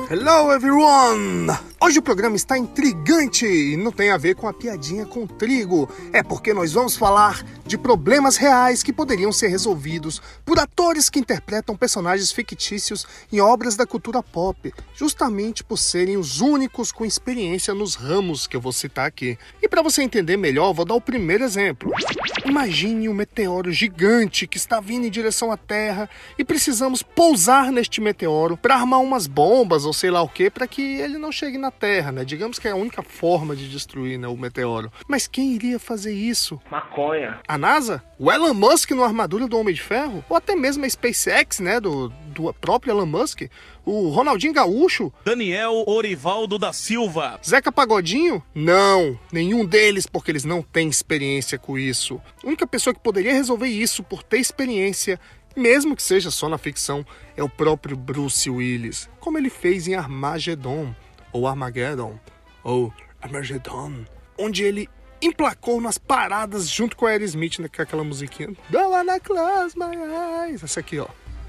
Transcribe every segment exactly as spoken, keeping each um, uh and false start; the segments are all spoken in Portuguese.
Hello everyone! Hoje o programa está intrigante e não tem a ver com a piadinha com trigo. É porque nós vamos falar de problemas reais que poderiam ser resolvidos por atores que interpretam personagens fictícios em obras da cultura pop, justamente por serem os únicos com experiência nos ramos que eu vou citar aqui. E para você entender melhor, vou dar o primeiro exemplo. Imagine um meteoro gigante que está vindo em direção à Terra e precisamos pousar neste meteoro para armar umas bombas ou sei lá o que para que ele não chegue na Terra, né? Digamos que é a única forma de destruir, né, o meteoro. Mas quem iria fazer isso? Maconha. A NASA? O Elon Musk no armadura do Homem de Ferro? Ou até mesmo a SpaceX, né, do, do próprio Elon Musk? O Ronaldinho Gaúcho? Daniel Orivaldo da Silva? Zeca Pagodinho? Não, nenhum deles, porque eles não têm experiência com isso. A única pessoa que poderia resolver isso por ter experiência, mesmo que seja só na ficção, é o próprio Bruce Willis, como ele fez em Armageddon, ou Armageddon, ou Armageddon, onde ele emplacou nas paradas junto com a Aerosmith, né, com aquela musiquinha. Don't wanna close my eyes. Essa aqui, ó.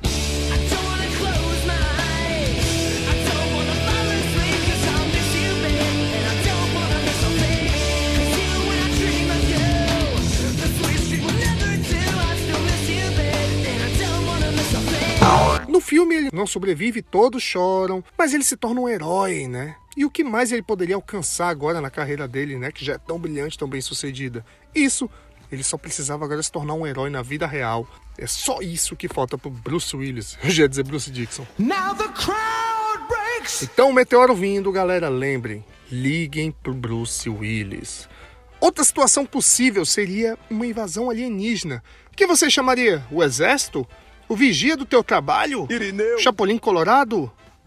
No filme ele não sobrevive, todos choram, mas ele se torna um herói, né? E o que mais ele poderia alcançar agora na carreira dele, né? Que já é tão brilhante, tão bem sucedida. Isso, ele só precisava agora se tornar um herói na vida real. É só isso que falta pro Bruce Willis. Eu já ia dizer Bruce Dixon. Now the crowd breaks. Então, o meteoro vindo, galera, lembrem, liguem pro Bruce Willis. Outra situação possível seria uma invasão alienígena. O que você chamaria? O exército? O vigia do teu trabalho? Irineu. Chapolin Colorado?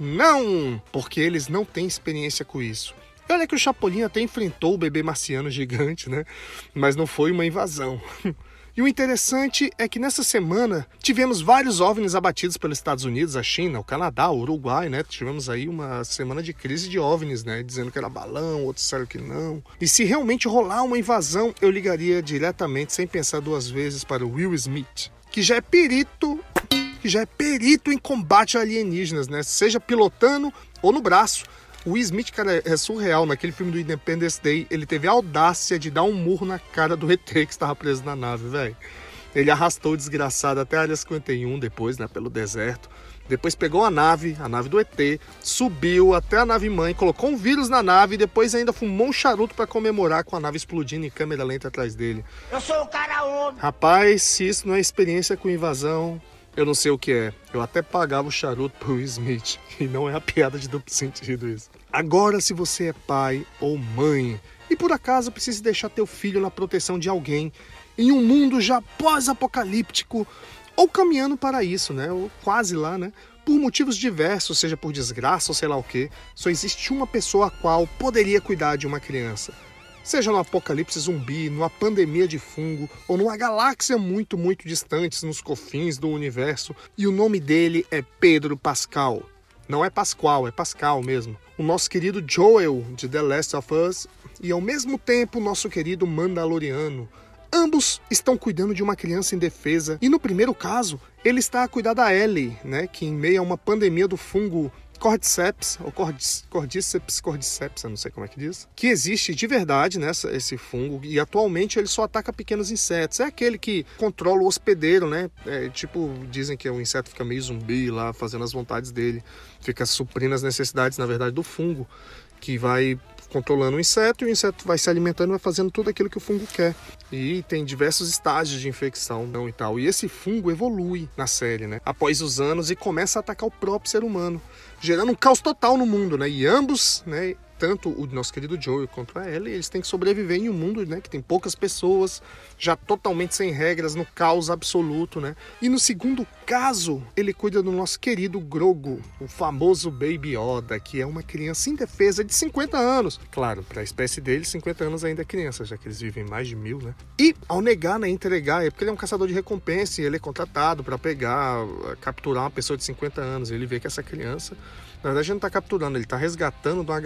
Não, porque eles não têm experiência com isso. E olha que o Chapolin até enfrentou o bebê marciano gigante, né? Mas não foi uma invasão. E o interessante é que nessa semana tivemos vários OVNIs abatidos pelos Estados Unidos, a China, o Canadá, o Uruguai, né? Tivemos aí uma semana de crise de OVNIs, né? Dizendo que era balão, outros disseram que não. E se realmente rolar uma invasão, eu ligaria diretamente, sem pensar duas vezes, para o Will Smith, que já é perito, que já é perito em combate a alienígenas, né? Seja pilotando ou no braço. O Will Smith, cara, é surreal. Naquele filme do Independence Day, ele teve a audácia de dar um murro na cara do E T que estava preso na nave, velho. Ele arrastou o desgraçado até a área cinquenta e um depois, né, pelo deserto. Depois pegou a nave, a nave do E T, subiu até a nave-mãe, colocou um vírus na nave e depois ainda fumou um charuto para comemorar com a nave explodindo em câmera lenta atrás dele. Eu sou um cara homem. Rapaz, se isso não é experiência com invasão, eu não sei o que é. Eu até pagava o charuto pro Will Smith. E não é a piada de duplo sentido isso. Agora, se você é pai ou mãe e por acaso precisa deixar teu filho na proteção de alguém em um mundo já pós-apocalíptico, ou caminhando para isso, né? Ou quase lá, né? Por motivos diversos, seja por desgraça ou sei lá o que, só existe uma pessoa a qual poderia cuidar de uma criança. Seja no apocalipse zumbi, numa pandemia de fungo, ou numa galáxia muito, muito distante, nos confins do universo. E o nome dele é Pedro Pascal. Não é Pascoal, é Pascal mesmo. O nosso querido Joel, de The Last of Us, e ao mesmo tempo o nosso querido Mandaloriano. Ambos estão cuidando de uma criança indefesa. E no primeiro caso, ele está a cuidar da Ellie, né, que em meio a uma pandemia do fungo Cordyceps, ou Cordyceps, Cordyceps, eu não sei como é que diz, que existe de verdade, né, esse fungo, e atualmente ele só ataca pequenos insetos. É aquele que controla o hospedeiro, né? É, tipo, dizem que o inseto fica meio zumbi lá, fazendo as vontades dele, fica suprindo as necessidades, na verdade, do fungo, que vai controlando o inseto, e o inseto vai se alimentando e vai fazendo tudo aquilo que o fungo quer. E tem diversos estágios de infecção, não, e tal. E esse fungo evolui na série, né, após os anos, e começa a atacar o próprio ser humano, gerando um caos total no mundo, né? E ambos, né, tanto o nosso querido Joel quanto a Ellie, eles têm que sobreviver em um mundo, né, que tem poucas pessoas, já totalmente sem regras, no caos absoluto, né? E no segundo caso, ele cuida do nosso querido Grogu, o famoso Baby Yoda, que é uma criança indefesa de cinquenta anos. Claro, para a espécie dele, cinquenta anos ainda é criança, já que eles vivem mais de mil, né? E ao negar, né, entregar, é porque ele é um caçador de recompensa e ele é contratado para pegar, capturar uma pessoa de cinquenta anos. Ele vê que essa criança, na verdade, ele não está capturando, ele está resgatando de uma galera que já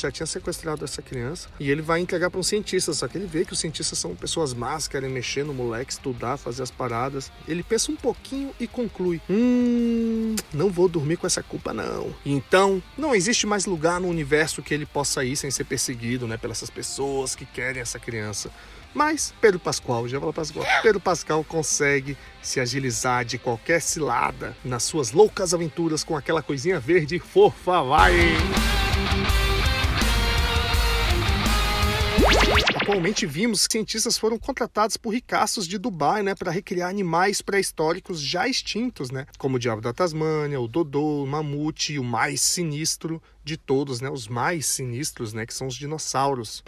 já tinha sequestrado essa criança e ele vai entregar para um cientista, só que ele vê que os cientistas são pessoas más, querem mexer no moleque, estudar, fazer as paradas. Ele pensa um pouquinho e conclui: Hum, não vou dormir com essa culpa não. E então, não existe mais lugar no universo que ele possa ir sem ser perseguido, né, pelas essas pessoas que querem essa criança. Mas Pedro Pascal, já fala Pascal, Pedro Pascal consegue se agilizar de qualquer cilada nas suas loucas aventuras com aquela coisinha verde fofa, vai! Atualmente vimos que cientistas foram contratados por ricaços de Dubai, né, para recriar animais pré-históricos já extintos, né, como o diabo da Tasmânia, o dodô, o mamute e o mais sinistro de todos, né, os mais sinistros, né, que são os dinossauros.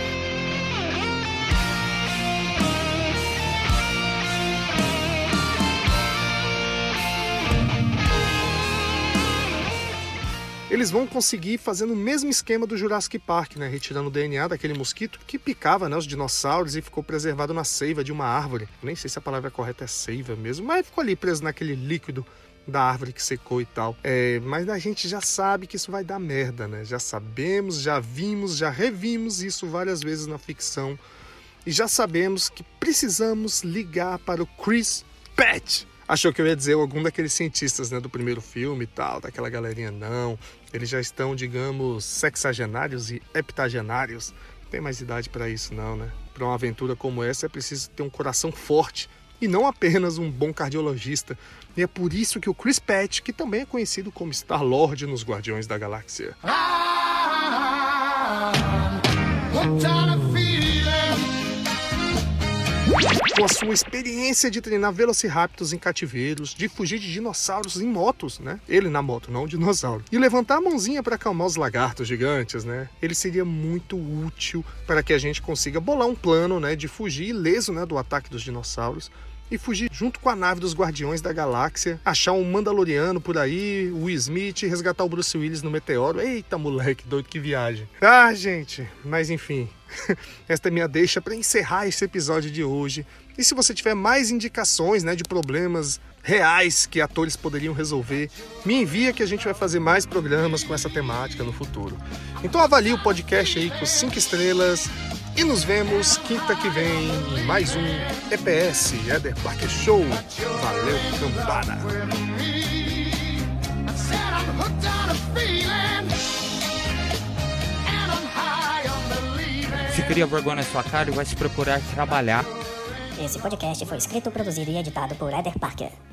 Eles vão conseguir fazendo o mesmo esquema do Jurassic Park, né? Retirando o D N A daquele mosquito que picava, né, os dinossauros e ficou preservado na seiva de uma árvore. Nem sei se a palavra correta é seiva mesmo, mas ficou ali preso naquele líquido da árvore que secou e tal. É, mas a gente já sabe que isso vai dar merda, né? Já sabemos, já vimos, já revimos isso várias vezes na ficção. E já sabemos que precisamos ligar para o Chris Pratt. Achou que eu ia dizer algum daqueles cientistas, né, do primeiro filme e tal, daquela galerinha. Não, eles já estão, digamos, sexagenários e heptagenários. Não tem mais idade para isso não, né? Para uma aventura como essa é preciso ter um coração forte e não apenas um bom cardiologista. E é por isso que o Chris Pratt, que também é conhecido como Star-Lord nos Guardiões da Galáxia, com a sua experiência de treinar velociraptors em cativeiros, de fugir de dinossauros em motos, né? Ele na moto, não o dinossauro. E levantar a mãozinha para acalmar os lagartos gigantes, né? Ele seria muito útil para que a gente consiga bolar um plano, né, de fugir ileso, né, do ataque dos dinossauros. E fugir junto com a nave dos Guardiões da Galáxia, achar um Mandaloriano por aí, o Will Smith, resgatar o Bruce Willis no meteoro. Eita, moleque, doido, que viagem. Ah, gente, mas enfim, esta é minha deixa para encerrar esse episódio de hoje. E se você tiver mais indicações, né, de problemas reais que atores poderiam resolver, me envia que a gente vai fazer mais programas com essa temática no futuro. Então avalie o podcast aí com cinco estrelas. E nos vemos quinta que vem em mais um E P S, Éder Parker Show. Valeu, cambada! Se cria vergonha na sua cara e vai se procurar trabalhar. Esse podcast foi escrito, produzido e editado por Éder Parker.